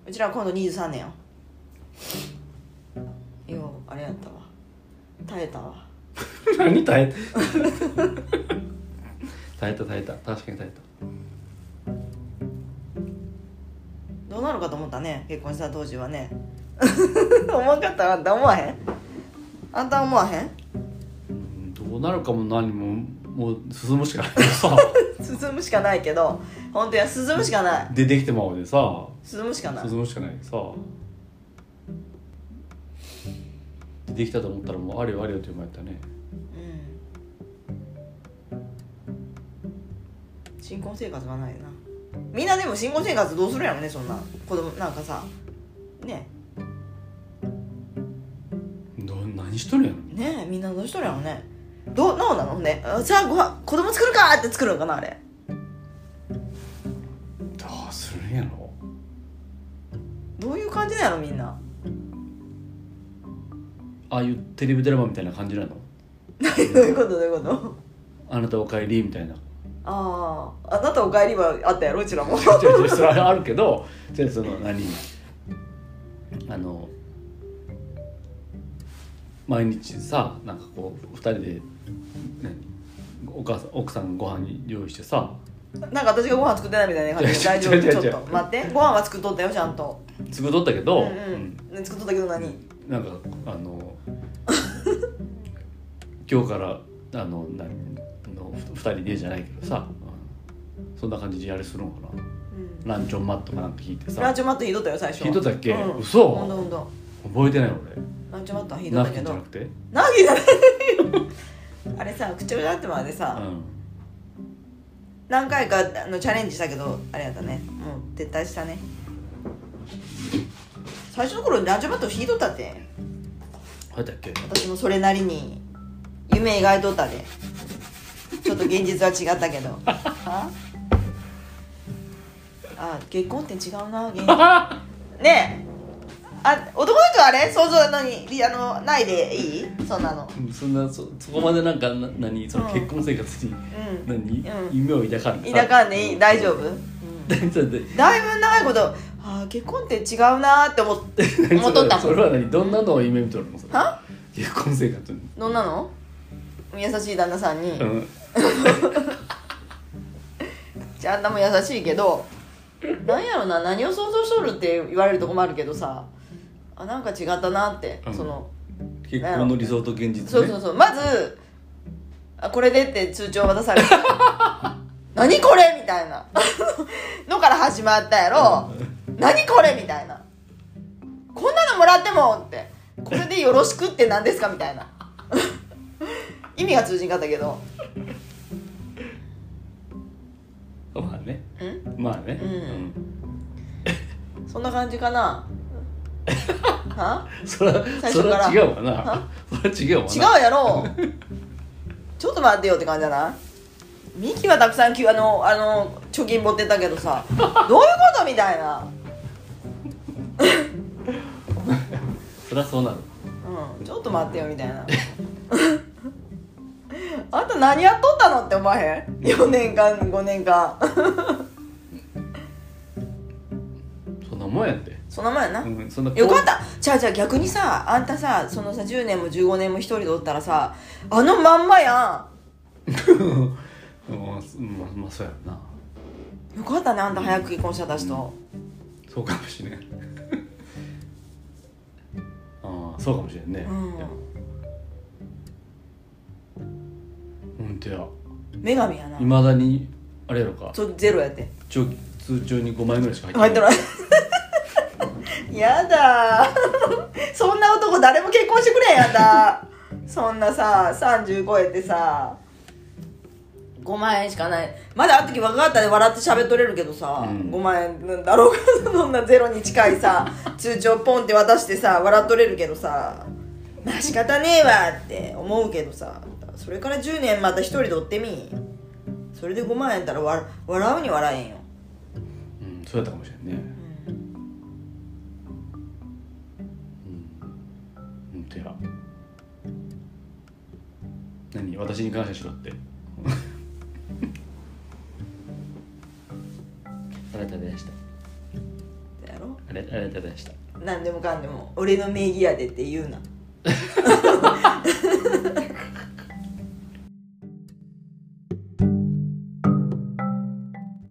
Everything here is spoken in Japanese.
うちら今度23年よ。ようあれやったわ、耐えたわ何耐えた耐えた確かに耐えた。 どうなるかと思ったね、結婚した当時はね思わんかった。あんた思わへん？あんた思わへん？ どうなるかも何ももう進むしかないさ進むしかないけど、本当や進むしかない。 出てきてまうでさ進むしかない。 進むしかないさ。出てきたと思ったらもうあれよあれよという間やったね。 新婚生活がないな。みんなでも新婚生活どうするやろね、そんな子供なんかさね。 何しとるんやろねえ、みんなどうしとるやろね。どうなのね。じゃあご飯子供作るかって作るのかなあれ。 どうするんやろ。 どういう感じなんやろみんな。 ああいうテレビドラマみたいな感じなのどういうことあなたお帰りみたいな。 ああ、あなたお帰りはあったやろ、うちらもそれはあるけど、じゃあその毎日さなんかこう2人で、奥さんご飯用意してさ、 なんか私がご飯作ってないみたいな感じで大丈夫。ちょっと待って、ご飯は作っとったよちゃんと。 作っとったけど、 作っとったけど何？ なんか今日から2人でじゃないけどさ、そんな感じでやりするのかな、ランチョンマットかなんか引いてさ。 ランチョンマット引いとったよ最初。 引いとったっけ？ 嘘。 ほんと覚えてない俺。 ランチョンマットは引いとったけど。 ナフキンじゃなくて？ ナフキンじゃないよあれさ、口をやってまでさ、何回かチャレンジしたけどあれやったね、もう撤退したね。最初の頃ランチョンマット引いとったって。 あれだっけ？ 私もそれなりに夢描いとったで。ちょっと現実は違ったけど結婚って違うな現実ねえ。男の人はあれ想像ないでいい？そんなの。 そこまでなんかその結婚生活に、夢を抱かんで抱かんでいい？大丈夫？だいぶ長いこと結婚って違うなって思っとったもん。 それはどんなのを夢見とるの？それ結婚生活にどんなの？優しい旦那さんに、じゃああんたも優しいけど、なんやろな、何を想像しとるって言われるとこもあるけどさ、なんか違ったなって、その結婚の理想と現実ね。 そうまずこれでって通帳渡されて何これみたいなのから始まったやろ。何これみたいな、こんなのもらってもって、これでよろしくって何ですかみたいな意味が通じんかったけど、 まあね、 そんな感じかなそれは違うわな。それは違うわな。 違うやろちょっと待ってよって感じじゃない？ミキはたくさん貯金持ってたけどさ、どういうことみたいなそりゃそうなる。 ちょっと待ってよみたいなあんた何やっとったのって思わへん？4年間5年間そんなもんやって。 そんなもんやな、 そんなよかった。じゃあ逆にさ、あんたさ、そのさ10年も15年も一人でおったらさ、まんまやんまあそうやろな。 よかったね、あんた早く結婚した私と、 そうかもしれんそうかもしれんね。ほんとや、 女神やな。 いまだにあれやろか、 ゼロやって通帳に5万円ぐらいしか入ってない。 やだそんな男誰も結婚してくれんやだそんなさ30超えてさ5万円しかない。まだあの時若かったで笑って喋っとれるけどさ、5万円なんだろうかそんなゼロに近いさ通帳ポンって渡してさ笑っとれるけどさ、まあ仕方ねえわって思うけどさ、それから10年また一人でおってみ、それで5万円やったら笑うに笑えんよ。 そうやったかもしれんね。ほんとや。何？私に感謝しろって誰食べ出した？ たやろ。 あれがとうございました。 何でもかんでも俺の名義やでって言うな